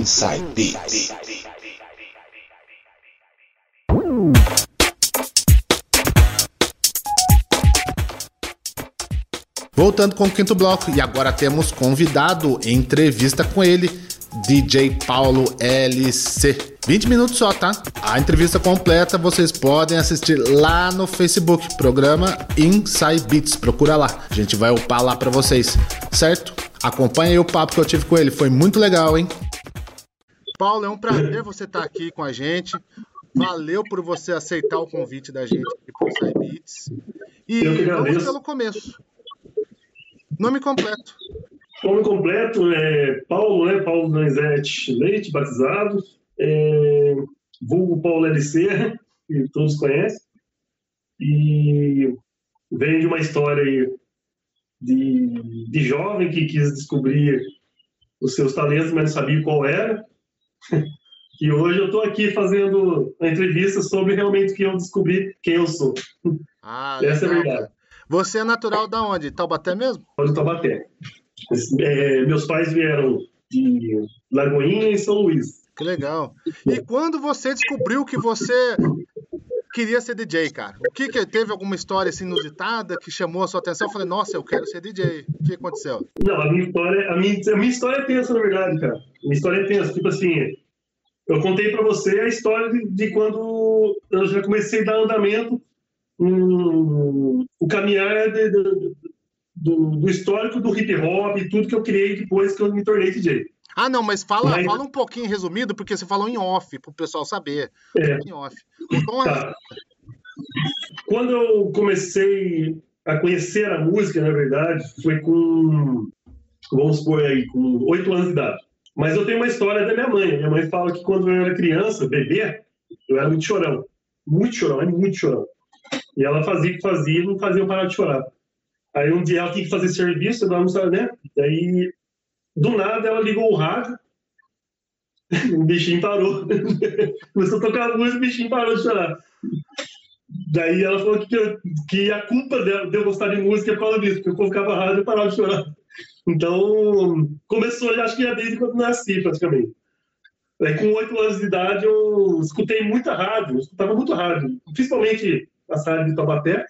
Inside Beats. Voltando com o quinto bloco, e agora temos convidado, entrevista com ele, DJ Paulo LC. 20 minutos só, tá? A entrevista completa vocês podem assistir lá no Facebook, programa Inside Beats, procura lá. A gente vai upar lá pra vocês, certo? Acompanha aí o papo que eu tive com ele, foi muito legal, hein? Paulo, é um prazer você estar aqui com a gente. Valeu por você aceitar o convite da gente aqui pro Inside Beats. E vamos pelo começo. Nome completo. Nome completo é Paulo, né? Paulo Donizete Leite, batizado. Vulgo Paulo LC, que todos conhecem. E vem de uma história aí de jovem que quis descobrir os seus talentos, mas não sabia qual era. E hoje eu estou aqui fazendo uma entrevista sobre realmente que eu descobri quem eu sou. Essa legal, é a verdade. Cara. Você é natural da onde? Taubaté mesmo? De Taubaté. Meus pais vieram de Lagoinha e São Luís. Que legal. E quando você descobriu que você queria ser DJ, cara? O que teve alguma história assim inusitada que chamou a sua atenção? Eu falei, nossa, eu quero ser DJ. O que aconteceu? Não, a minha história é tensa, na verdade, cara. A minha história é tensa. Tipo assim, eu contei pra você a história de quando eu já comecei a dar andamento o caminhar do histórico do hip hop e tudo que eu criei depois que eu me tornei DJ. Ah, não, mas fala um pouquinho resumido, porque você falou em off, pro pessoal saber. Em off. Tá. Quando eu comecei a conhecer a música, na verdade, foi vamos supor aí, com 8 anos de idade. Mas eu tenho uma história da minha mãe. Minha mãe fala que quando eu era criança, bebê, eu era muito chorão. Muito chorão, muito chorão. E ela fazia o que fazia e não fazia eu parar de chorar. Aí um dia ela tinha que fazer serviço, né? Daí, do nada, ela ligou o rádio, o bichinho parou. Começou a tocar música, o bichinho parou de chorar. Daí ela falou que a culpa de eu gostar de música é por causa disso, porque eu colocava rádio e parava de chorar. Então, começou, acho que desde quando eu nasci, praticamente. Daí, com 8 anos de idade, eu escutei muita rádio, eu escutava muito rádio, principalmente a rádio de Taubaté.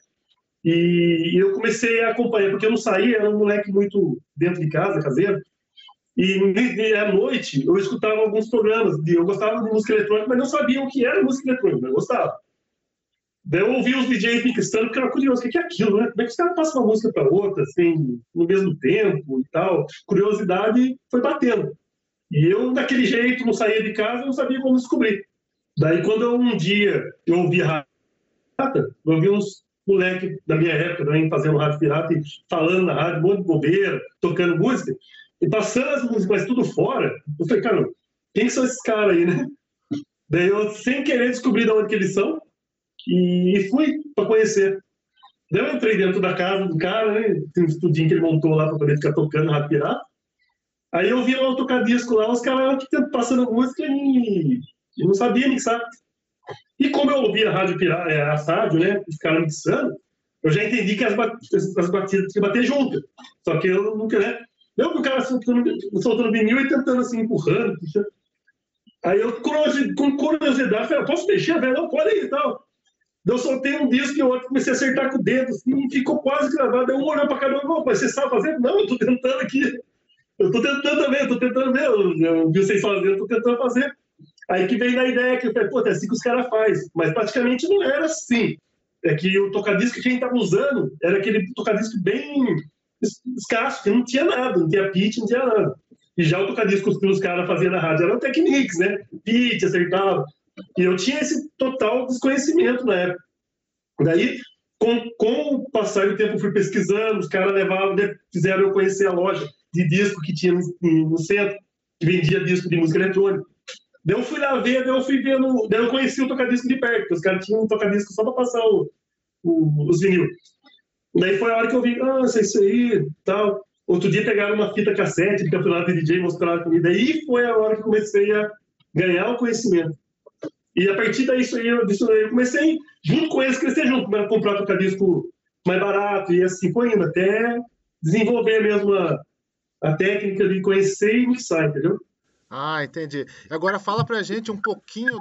E eu comecei a acompanhar, porque eu não saía, era um moleque muito dentro de casa, caseiro. E à noite eu escutava alguns programas. Eu gostava de música eletrônica, mas não sabia o que era música eletrônica, mas eu gostava. Daí eu ouvi os DJs mixando, porque eu era curioso, o que é aquilo, né? Como é que os caras passam uma música para outra, assim, no mesmo tempo e tal? Curiosidade foi batendo. E eu, daquele jeito, não saía de casa, não sabia como descobrir. Daí, quando um dia eu ouvi rádio pirata, eu ouvi uns moleque da minha época também fazendo rádio pirata e falando na rádio, um monte de bobeira, tocando música, e passando as músicas, mas tudo fora. Eu falei, cara, quem que são esses caras aí, né? Daí eu, sem querer, descobri de onde que eles são e fui para conhecer. Daí eu entrei dentro da casa do cara, né? Tem um estudinho que ele montou lá para poder ficar tocando rádio pirata. Aí eu vi lá o tocar-disco lá, os caras passando música e não sabia mixar. E como eu ouvia a rádio pirata, a rádio, né, os caras mixando, eu já entendi que as batidas tinham que bater junto. Só que eu nunca, né? Eu vi o cara soltando vinil e tentando assim, empurrando. Puxando. Aí eu, com curiosidade, falei, posso mexer, velho? Não, pode aí e tal. Eu soltei um disco e o outro comecei a acertar com o dedo, assim, e ficou quase gravado. Aí um olhou pra cada um, mas você sabe fazer? Não, eu tô tentando aqui. Eu tô tentando também, eu vi vocês fazendo, eu tô tentando fazer. Aí que veio da ideia que eu falei, pô, é assim que os caras fazem. Mas praticamente não era assim. É que o tocadisco que a gente tava usando era aquele tocadisco bem escasso, que não tinha nada, não tinha pitch, não tinha nada. E já o tocadisco que os caras faziam na rádio era o Technics, né? Pitch, acertava. E eu tinha esse total desconhecimento na época. Daí, com o passar do tempo, eu fui pesquisando, os caras levavam, fizeram eu conhecer a loja de disco que tinha no centro, que vendia disco de música eletrônica. Daí eu fui lá ver, daí eu fui vendo, daí eu conheci o tocadisco de perto, porque os caras tinham um tocadisco só para passar os vinil. Daí foi a hora que eu vi, isso aí e tal. Outro dia pegaram uma fita cassete de campeonato de DJ e mostraram comigo. Daí foi a hora que eu comecei a ganhar o conhecimento. E a partir disso aí eu comecei, junto com eles, crescer junto, para comprar tocadisco mais barato e assim foi indo, até desenvolver mesmo a técnica de conhecer e mixar, entendeu? Ah, entendi. Agora fala pra gente um pouquinho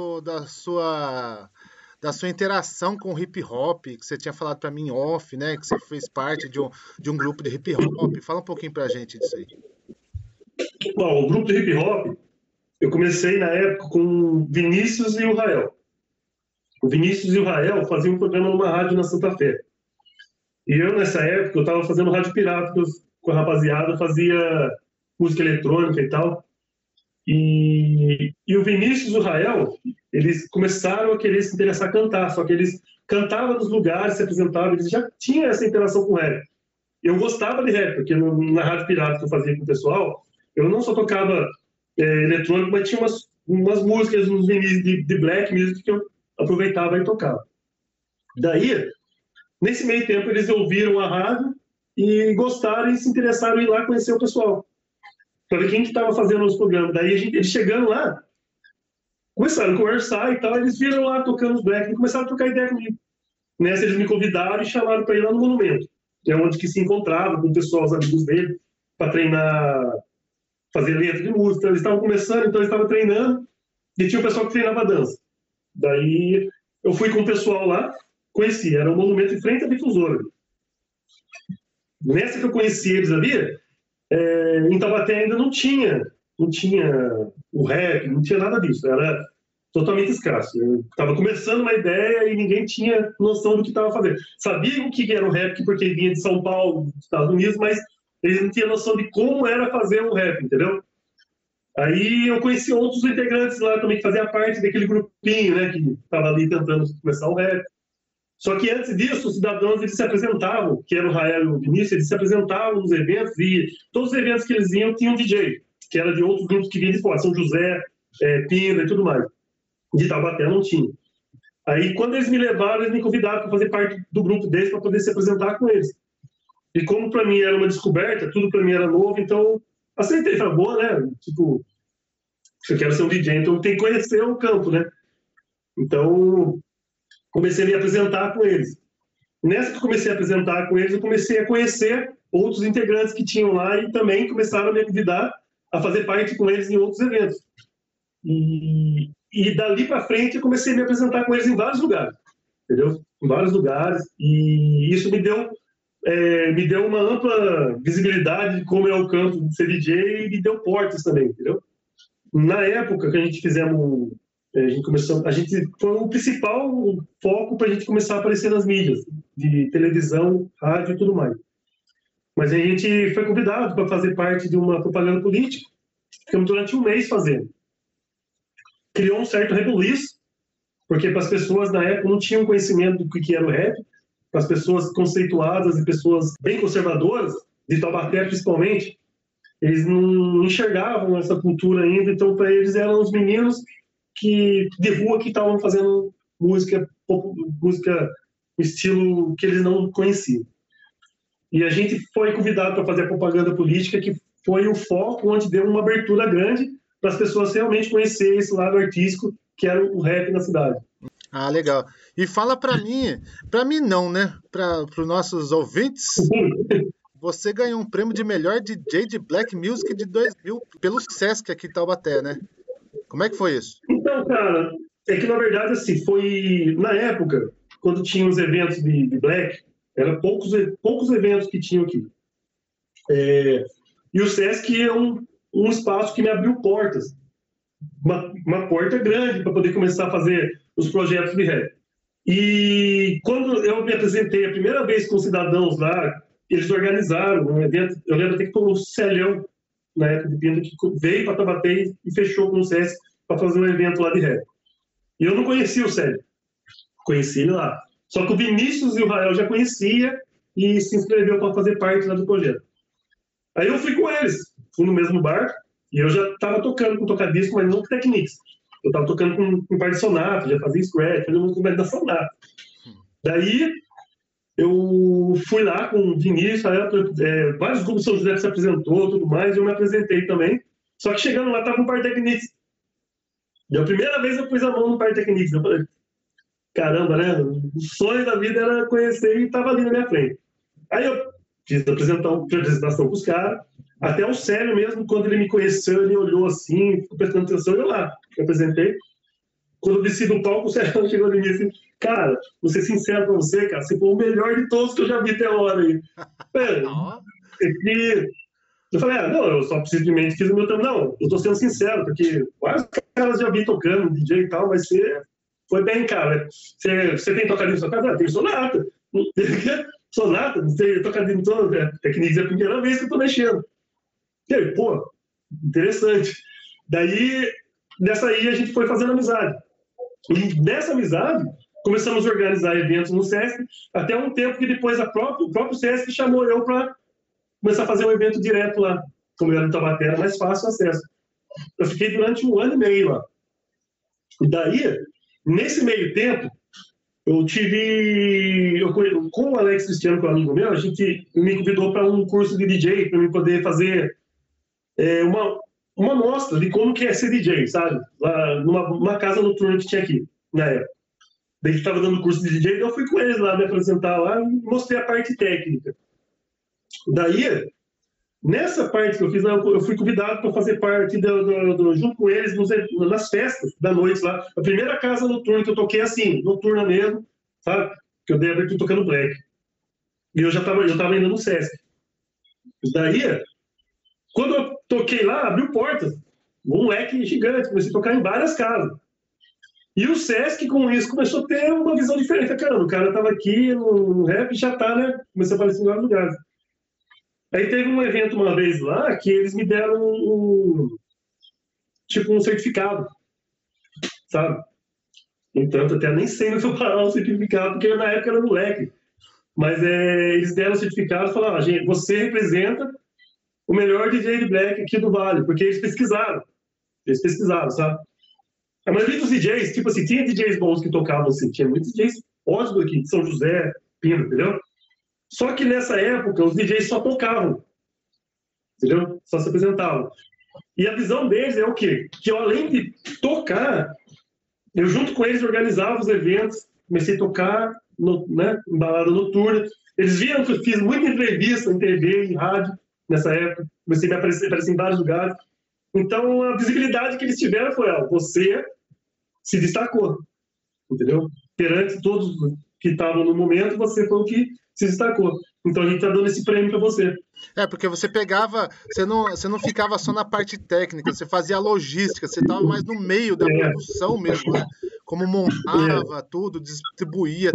da sua interação com o hip hop, que você tinha falado pra mim em off, né? Que você fez parte de um grupo de hip hop. Fala um pouquinho pra gente disso aí. Bom, o grupo de hip hop, eu comecei na época com o Vinícius e o Rael. O Vinícius e o Rael faziam um programa numa rádio na Santa Fé. E eu, nessa época, eu estava fazendo rádio pirata com a rapaziada, fazia música eletrônica e tal. E o Vinícius e o Rael, eles começaram a querer se interessar a cantar, só que eles cantavam nos lugares, se apresentavam, eles já tinham essa interação com rap. Eu gostava de rap, porque na rádio pirata que eu fazia com o pessoal, eu não só tocava eletrônico, mas tinha umas músicas, uns vinis de black music que eu aproveitava e tocava. Daí, nesse meio tempo, eles ouviram a rádio e gostaram e se interessaram em ir lá conhecer o pessoal, para ver quem que estava fazendo os programas. Daí, eles chegando lá, começaram a conversar e tal, eles viram lá tocando os black e começaram a trocar ideia comigo. Nessa, eles me convidaram e chamaram para ir lá no Monumento, que é onde que se encontrava com o pessoal, os amigos dele, para treinar, fazer letra de música. Eles estavam começando, então eles estavam treinando, e tinha o pessoal que treinava dança. Daí, eu fui com o pessoal lá, conheci, era um monumento em frente à difusora. Nessa que eu conheci eles ali, em Taubaté ainda não tinha o rap, não tinha nada disso, era totalmente escasso. Eu estava começando uma ideia e ninguém tinha noção do que estava fazendo. Sabia o que era o rap porque vinha de São Paulo, dos Estados Unidos, mas eles não tinham noção de como era fazer o rap, entendeu? Aí eu conheci outros integrantes lá também que faziam parte daquele grupinho, né, que estava ali tentando começar o rap. Só que antes disso, os cidadãos eles se apresentavam, que era o Rael e o Vinícius, eles se apresentavam nos eventos e todos os eventos que eles iam tinham um DJ, que era de outros grupos que vinham de fora, São José, Pina e tudo mais. De Taubaté não tinha. Aí, quando eles me levaram, eles me convidaram para fazer parte do grupo deles, para poder se apresentar com eles. E como para mim era uma descoberta, tudo para mim era novo, então aceitei. Falei, boa, né? Tipo, eu quero ser um DJ, então tem que conhecer o campo, né? Então, comecei a me apresentar com eles. Nessa que eu comecei a apresentar com eles, eu comecei a conhecer outros integrantes que tinham lá e também começaram a me convidar a fazer parte com eles em outros eventos. E dali para frente eu comecei a me apresentar com eles em vários lugares, entendeu? Em vários lugares, e isso me deu uma ampla visibilidade de como é o campo de ser DJ e me deu portas também, entendeu? Na época que a gente fizemos, a gente foi o principal foco para a gente começar a aparecer nas mídias, de televisão, rádio e tudo mais. Mas a gente foi convidado para fazer parte de uma propaganda política, ficamos durante um mês fazendo. Criou um certo rebuliço, porque para as pessoas na época não tinham conhecimento do que era o rap, para as pessoas conceituadas e pessoas bem conservadoras, de Taubaté principalmente, eles não enxergavam essa cultura ainda, então para eles eram os meninos de rua que estavam fazendo música no estilo que eles não conheciam. E a gente foi convidado para fazer a propaganda política, que foi o foco onde deu uma abertura grande para as pessoas realmente conhecerem esse lado artístico que era o rap na cidade. Ah, legal. E fala para mim não, né? Para os nossos ouvintes, você ganhou um prêmio de melhor DJ de Black Music de 2000 pelo Sesc aqui em Taubaté, né? Como é que foi isso? Então, cara, é que na verdade, assim, foi na época, quando tinha os eventos de Black, eram poucos eventos que tinham aqui. E o Sesc é um espaço que me abriu portas. Uma porta grande para poder começar a fazer os projetos de rap. E quando eu me apresentei a primeira vez com os cidadãos lá, eles organizaram um evento, eu lembro até que foi o Celhão, na época de Pina, que veio para Taubaté e fechou com o Sesc para fazer um evento lá de rap. E eu não conhecia o Célio, conheci ele lá. Só que o Vinícius e o Rael já conhecia e se inscreveu para fazer parte lá do projeto. Aí eu fui com eles, fui no mesmo bar, e eu já estava tocando com tocadisco, mas não com Technics. Eu estava tocando com par de sonata, já fazia scratch, fazia uma da sonata. Daí eu fui lá com o Vinícius, vários grupos de São José que se apresentou, tudo mais, e eu me apresentei também. Só que chegando lá, estava com o par Technics. E a primeira vez eu pus a mão no par Technics, eu falei, caramba, né? O sonho da vida era conhecer e estava ali na minha frente. Aí eu fiz a apresentação com os caras. Até o Célio mesmo, quando ele me conheceu, ele olhou assim, ficou prestando atenção, eu lá, eu apresentei. Quando eu desci do palco, o Célio chegou em mim assim, cara, vou ser sincero pra você, cara, você foi o melhor de todos que eu já vi até agora aí. Eu falei, não, eu só simplesmente fiz o meu tempo. Não, eu tô sendo sincero, porque vários caras já vi tocando, DJ e tal, mas você foi bem, cara. Você tem tocadinho na sua casa? Tem sonata. Sonata, não tem tocadinho todo, é que nem dizer a primeira vez que eu tô mexendo. E aí, pô, interessante. Daí, dessa aí, a gente foi fazendo amizade. E dessa amizade, começamos a organizar eventos no Sesc, até um tempo que depois o próprio Sesc chamou eu para começar a fazer um evento direto lá. Como eu era em Taubaté, era mais fácil o acesso. Eu fiquei durante 1 ano e meio lá. E daí, nesse meio tempo, com o Alex Cristiano, que é um amigo meu, a gente me convidou para um curso de DJ, para eu poder fazer uma mostra de como que é ser DJ, sabe? Lá numa casa noturna que tinha aqui, na época. Daí que estava dando curso de DJ, então eu fui com eles lá me apresentar lá e mostrei a parte técnica. Daí, nessa parte que eu fiz, eu fui convidado para fazer parte junto com eles nas festas da noite lá. A primeira casa noturna que eu toquei assim, noturna mesmo, sabe? Que eu dei abertura tocando black. E eu tava ainda no Sesc. Daí, quando eu toquei lá, abriu portas. Um leque gigante, comecei a tocar em várias casas. E o Sesc, com isso, começou a ter uma visão diferente. Caramba, o cara tava aqui no rap e já tá, né? Começou a aparecer em vários lugares. Aí teve um evento uma vez lá que eles me deram um certificado, sabe? Então, eu até nem sei onde eu parar o certificado, porque na época era moleque. Mas eles deram o certificado e falaram, gente, você representa o melhor DJ de black aqui do Vale, porque eles pesquisaram, sabe? A maioria dos DJs, tipo assim, tinha DJs bons que tocavam assim, tinha muitos DJs ótimos aqui, de São José, Pino, entendeu? Só que nessa época, os DJs só tocavam, entendeu? Só se apresentavam. E a visão deles é o quê? Que eu, além de tocar, eu junto com eles organizava os eventos, comecei a tocar, em balada noturna. Eles viram que eu fiz muita entrevista em TV, em rádio, nessa época. Comecei a aparecer em vários lugares. Então, a visibilidade que eles tiveram foi, você se destacou, entendeu? Perante todos que estavam no momento, você foi o que se destacou. Então a gente está dando esse prêmio para você. Porque você pegava, você não ficava só na parte técnica, você fazia a logística, você estava mais no meio da produção mesmo, né? Como montava tudo, distribuía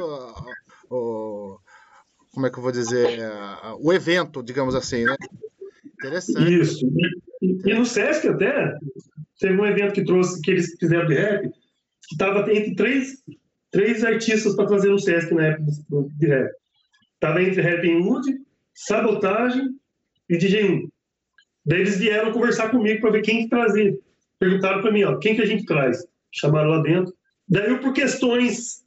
tudo, como é que eu vou dizer, o evento, digamos assim, né? Interessante. Isso. E no Sesc até, teve um evento que eles fizeram de rap, que estava entre três artistas para trazer no Sesc na época de rap. Estava entre Rapping Hood, Sabotagem e DJ 1. Daí eles vieram conversar comigo para ver quem que trazia. Perguntaram para mim, quem que a gente traz? Chamaram lá dentro. Daí eu, por questões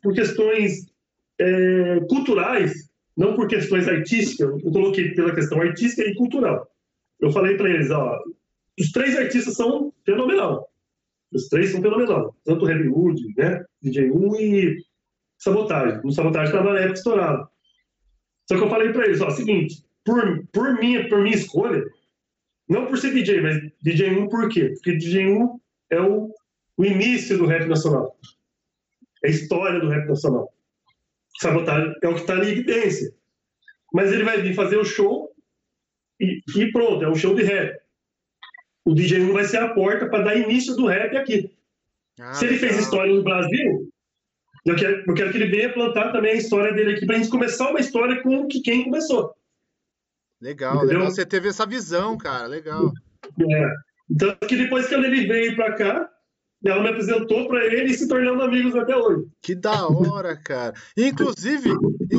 culturais, não por questões artísticas, eu coloquei pela questão artística e cultural. Eu falei para eles, os 3 artistas são fenomenal. Os 3 são fenomenal. Tanto o Rapping Hood, né? DJ 1 e Sabotagem. No Sabotagem estava na época estourado. Só que eu falei para eles, seguinte, por minha escolha, não por ser DJ, mas DJ 1 por quê? Porque DJ 1 é o início do rap nacional. É a história do rap nacional. Sabotagem é o que está em evidência. Mas ele vai vir fazer o show e pronto, é um show de rap. O DJ 1 vai ser a porta para dar início do rap aqui. Se ele fez história no Brasil, eu quero que ele venha plantar também a história dele aqui, para a gente começar uma história com quem começou. Legal, legal. Você teve essa visão, cara, legal. Então, que depois que ele veio para cá, ela me apresentou para ele e se tornando amigos até hoje. Que da hora, cara. Inclusive,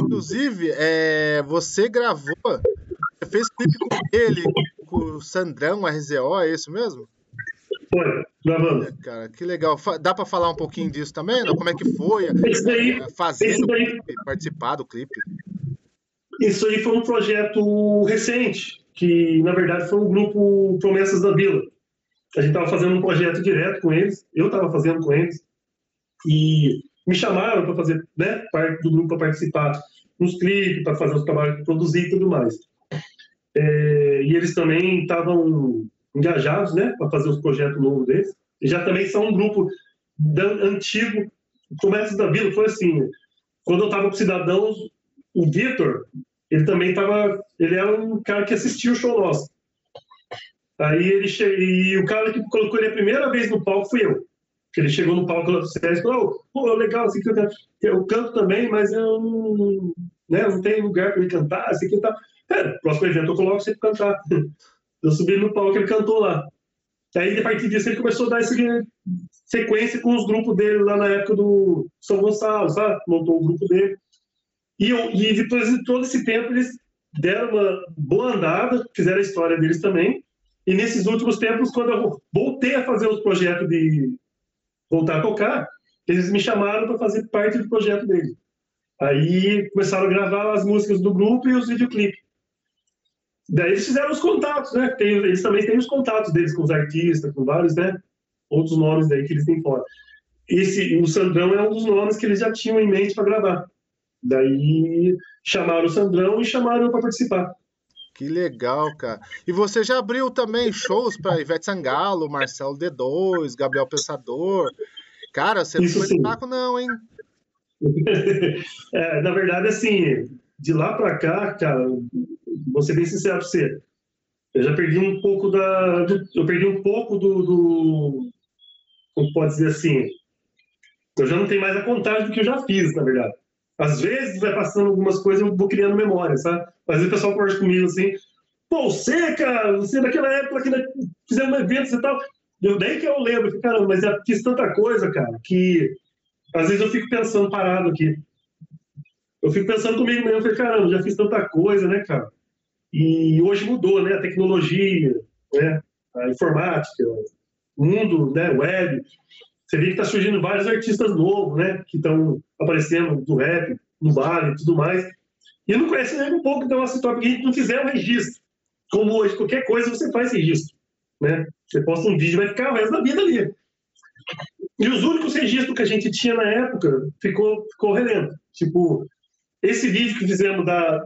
você gravou, você fez clipe com ele, com o Sandrão, RZO, é isso mesmo? Foi, gravando. Cara, que legal. Dá para falar um pouquinho disso também? Não? Como é que foi participar do clipe? Isso aí foi um projeto recente, que na verdade foi um grupo Promessas da Vila. A gente estava fazendo um projeto direto com eles, eu estava fazendo com eles, e me chamaram para fazer parte do grupo para participar. uns clipes, para fazer os trabalhos de produzir e tudo mais. E eles também estavam engajados, né, para fazer os projetos novos deles. E já também são um grupo antigo. O Começo da Vila foi assim, quando eu estava com Cidadãos, o Vitor, ele também estava, ele era um cara que assistia o show nosso. Aí e o cara que colocou ele a primeira vez no palco fui eu. Ele chegou no palco lá do César e falou, pô, legal, assim, eu canto também, mas eu não tenho lugar para me cantar, assim que tá. Próximo evento eu coloco você para cantar. Eu subi no palco, ele cantou lá. Aí, a partir disso, ele começou a dar essa sequência com os grupos dele lá na época do São Gonçalo, sabe? Montou o grupo dele. E depois de todo esse tempo, eles deram uma boa andada, fizeram a história deles também. E nesses últimos tempos, quando eu voltei a fazer os projetos de voltar a tocar, eles me chamaram para fazer parte do projeto deles. Aí começaram a gravar as músicas do grupo e os videoclipes. Daí eles fizeram os contatos, né? Eles também têm os contatos deles com os artistas, com vários, né? Outros nomes daí que eles têm fora. O Sandrão é um dos nomes que eles já tinham em mente para gravar. Daí chamaram o Sandrão e chamaram eu para participar. Que legal, cara. E você já abriu também shows para Ivete Sangalo, Marcelo D2, Gabriel Pensador. Cara, você não foi fraco não, hein? Na verdade, assim, de lá para cá, cara, vou ser bem sincero pra você, eu já perdi um pouco do como pode dizer assim, eu já não tenho mais a contagem do que eu já fiz, na verdade. Às vezes vai passando algumas coisas, eu vou criando memória, sabe? Às vezes o pessoal conversa comigo assim, pô, você naquela época que fizemos eventos e tal, daí que eu lembro, caramba, mas eu fiz tanta coisa, cara, que às vezes eu fico pensando parado aqui. Eu fico pensando comigo mesmo, eu falei, caramba, já fiz tanta coisa, né, cara? E hoje mudou, né? A tecnologia, né? A informática, o mundo, né? Web. Você vê que está surgindo vários artistas novos, né? Que estão aparecendo no rap, no bar e tudo mais. E não conhece nem um pouco da nossa história, porque a gente não fizer um registro. Como hoje, qualquer coisa você faz registro, né? Você posta um vídeo e vai ficar o resto da vida ali. E os únicos registros que a gente tinha na época ficou relento. Tipo, esse vídeo que fizemos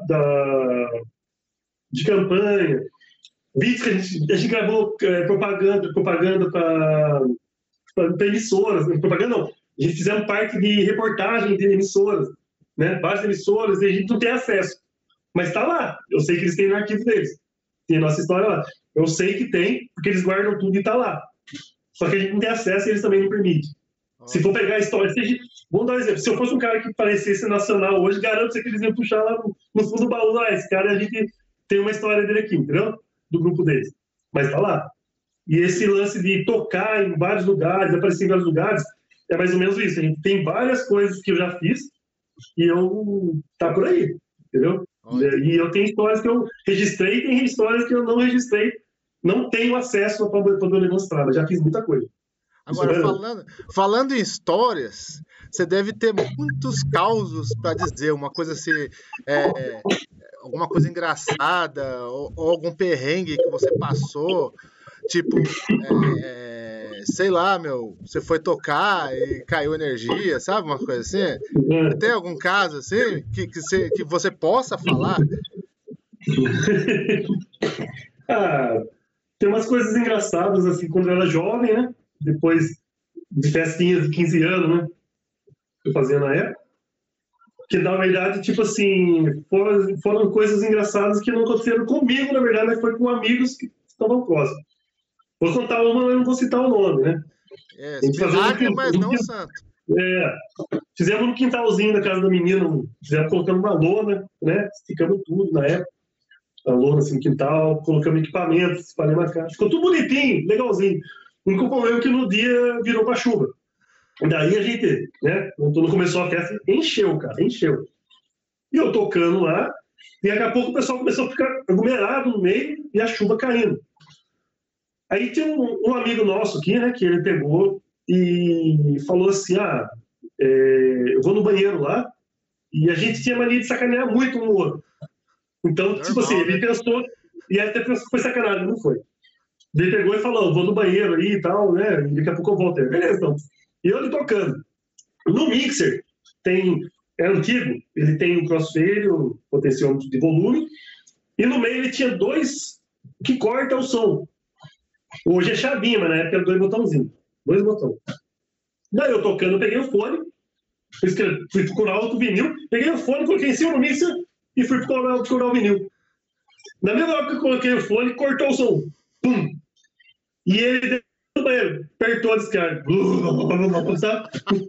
de campanha, vídeos que a gente gravou propaganda para emissoras, propaganda não, a gente fizemos parte de reportagem de emissoras, né? Várias emissoras, e a gente não tem acesso, mas está lá, eu sei que eles têm no arquivo deles, tem a nossa história lá, eu sei que tem, porque eles guardam tudo e está lá, só que a gente não tem acesso e eles também não permitem. Se for pegar a história, vamos dar um exemplo, se eu fosse um cara que parecesse nacional hoje, garanto que eles iam puxar lá no fundo do baú, esse cara a gente tem uma história dele aqui, entendeu? Do grupo deles. Mas tá lá. E esse lance de tocar em vários lugares, aparecer em vários lugares, é mais ou menos isso. A gente tem várias coisas que eu já fiz e tá por aí, entendeu? E eu tenho histórias que eu registrei e tem histórias que eu não registrei, não tenho acesso para poder mostrar, mas já fiz muita coisa. Agora, falando em histórias, você deve ter muitos causos para dizer, uma coisa assim, alguma coisa engraçada, ou algum perrengue que você passou, tipo, sei lá, você foi tocar e caiu energia, sabe, uma coisa assim? Tem algum caso assim que você possa falar? Tem umas coisas engraçadas, assim, quando eu era jovem, né? Depois de festinhas de 15 anos, né? Que eu fazia na época. Que, na verdade, tipo assim, foram coisas engraçadas que não aconteceram comigo, na verdade, mas foi com amigos que estavam próximos. Vou contar uma, mas não vou citar o nome, né? Milagre, mas não santo. Fizemos no quintalzinho da casa da menina, fizemos colocando uma lona, né? Ficamos tudo na época. A lona assim no quintal, colocamos equipamentos, espalhamos a casa. Ficou tudo bonitinho, legalzinho. O único problema é que no dia virou pra chuva. Daí a gente, né, quando começou a festa, encheu, cara, encheu. E eu tocando lá, e daqui a pouco o pessoal começou a ficar aglomerado no meio e a chuva caindo. Aí tinha um amigo nosso aqui, né, que ele pegou e falou assim, eu vou no banheiro lá, e a gente tinha mania de sacanear muito um no outro. Então, tipo assim, ele pensou, e até pensou que foi sacanagem, não foi. Ele pegou e falou, vou no banheiro aí e tal, né, e daqui a pouco eu volto. Beleza, então. E eu ali tocando. No mixer tem é antigo, ele tem um crossfader, potenciômetro de volume, e no meio ele tinha 2 que cortam o som. Hoje é chavinha, mas na época era 2 botãozinhos. 2 botões. Daí eu tocando, eu peguei o fone, fui procurar outro vinil, peguei o fone, coloquei em cima do mixer e fui procurar o vinil. Na mesma hora que eu coloquei o fone, cortou o som. Pum! E ele dentro do banheiro, apertou a descarga. Sabe?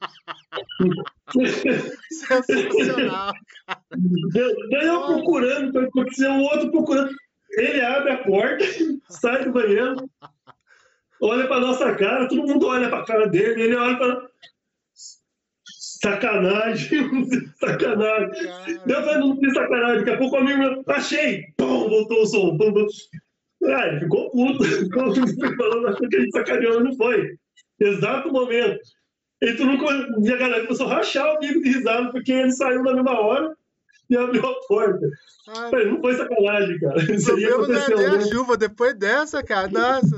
Sensacional, cara. Daí eu procurando, o que aconteceu, o outro procurando. Ele abre a porta, sai do banheiro, olha pra nossa cara, todo mundo olha pra cara dele, ele olha pra... Sacanagem, sacanagem. Eu falei, não tem sacanagem, daqui a pouco o amigo meu, achei, pum, voltou o som, pum, pum. Ah, ele ficou puto, falando, achou que a gente sacaneou, não foi. Exato momento. E a galera começou a rachar o bico de risada, porque ele saiu na mesma hora e abriu a porta. Falei, não foi sacanagem, cara. Isso aí aconteceu. Não é a chuva depois dessa, cara. Nossa,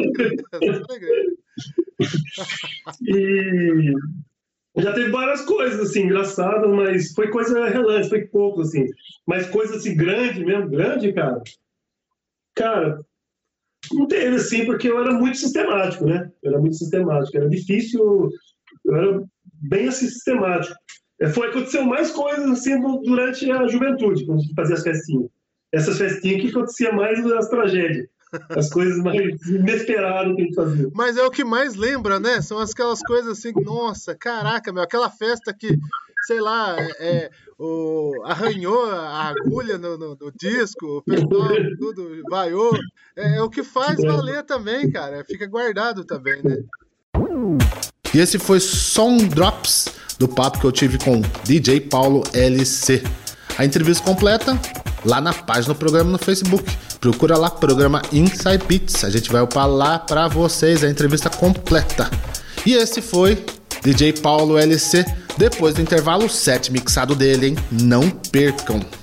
E já teve várias coisas, assim, engraçadas, mas foi coisa relance, foi pouco, assim. Mas coisa, assim, grande mesmo, grande, cara. Cara, não teve, assim, porque eu era muito sistemático, né? Era difícil, eu era bem, assim, sistemático. Aconteceu mais coisas, assim, durante a juventude, quando a gente fazia as festinhas. Essas festinhas que acontecia mais das tragédias. As coisas mais inesperadas que a gente fazia. Mas é o que mais lembra, né? São aquelas coisas assim, nossa, caraca, meu, aquela festa que, sei lá, arranhou a agulha no disco, o pessoal tudo vaiou. É o que faz valer também, cara. Fica guardado também, né? E esse foi só um drops do papo que eu tive com DJ Paulo LC. A entrevista completa lá na página do programa no Facebook. Procura lá, programa Inside Beats. A gente vai upar lá pra vocês a entrevista completa. E esse foi DJ Paulo LC. Depois do intervalo, o set mixado dele, hein? Não percam.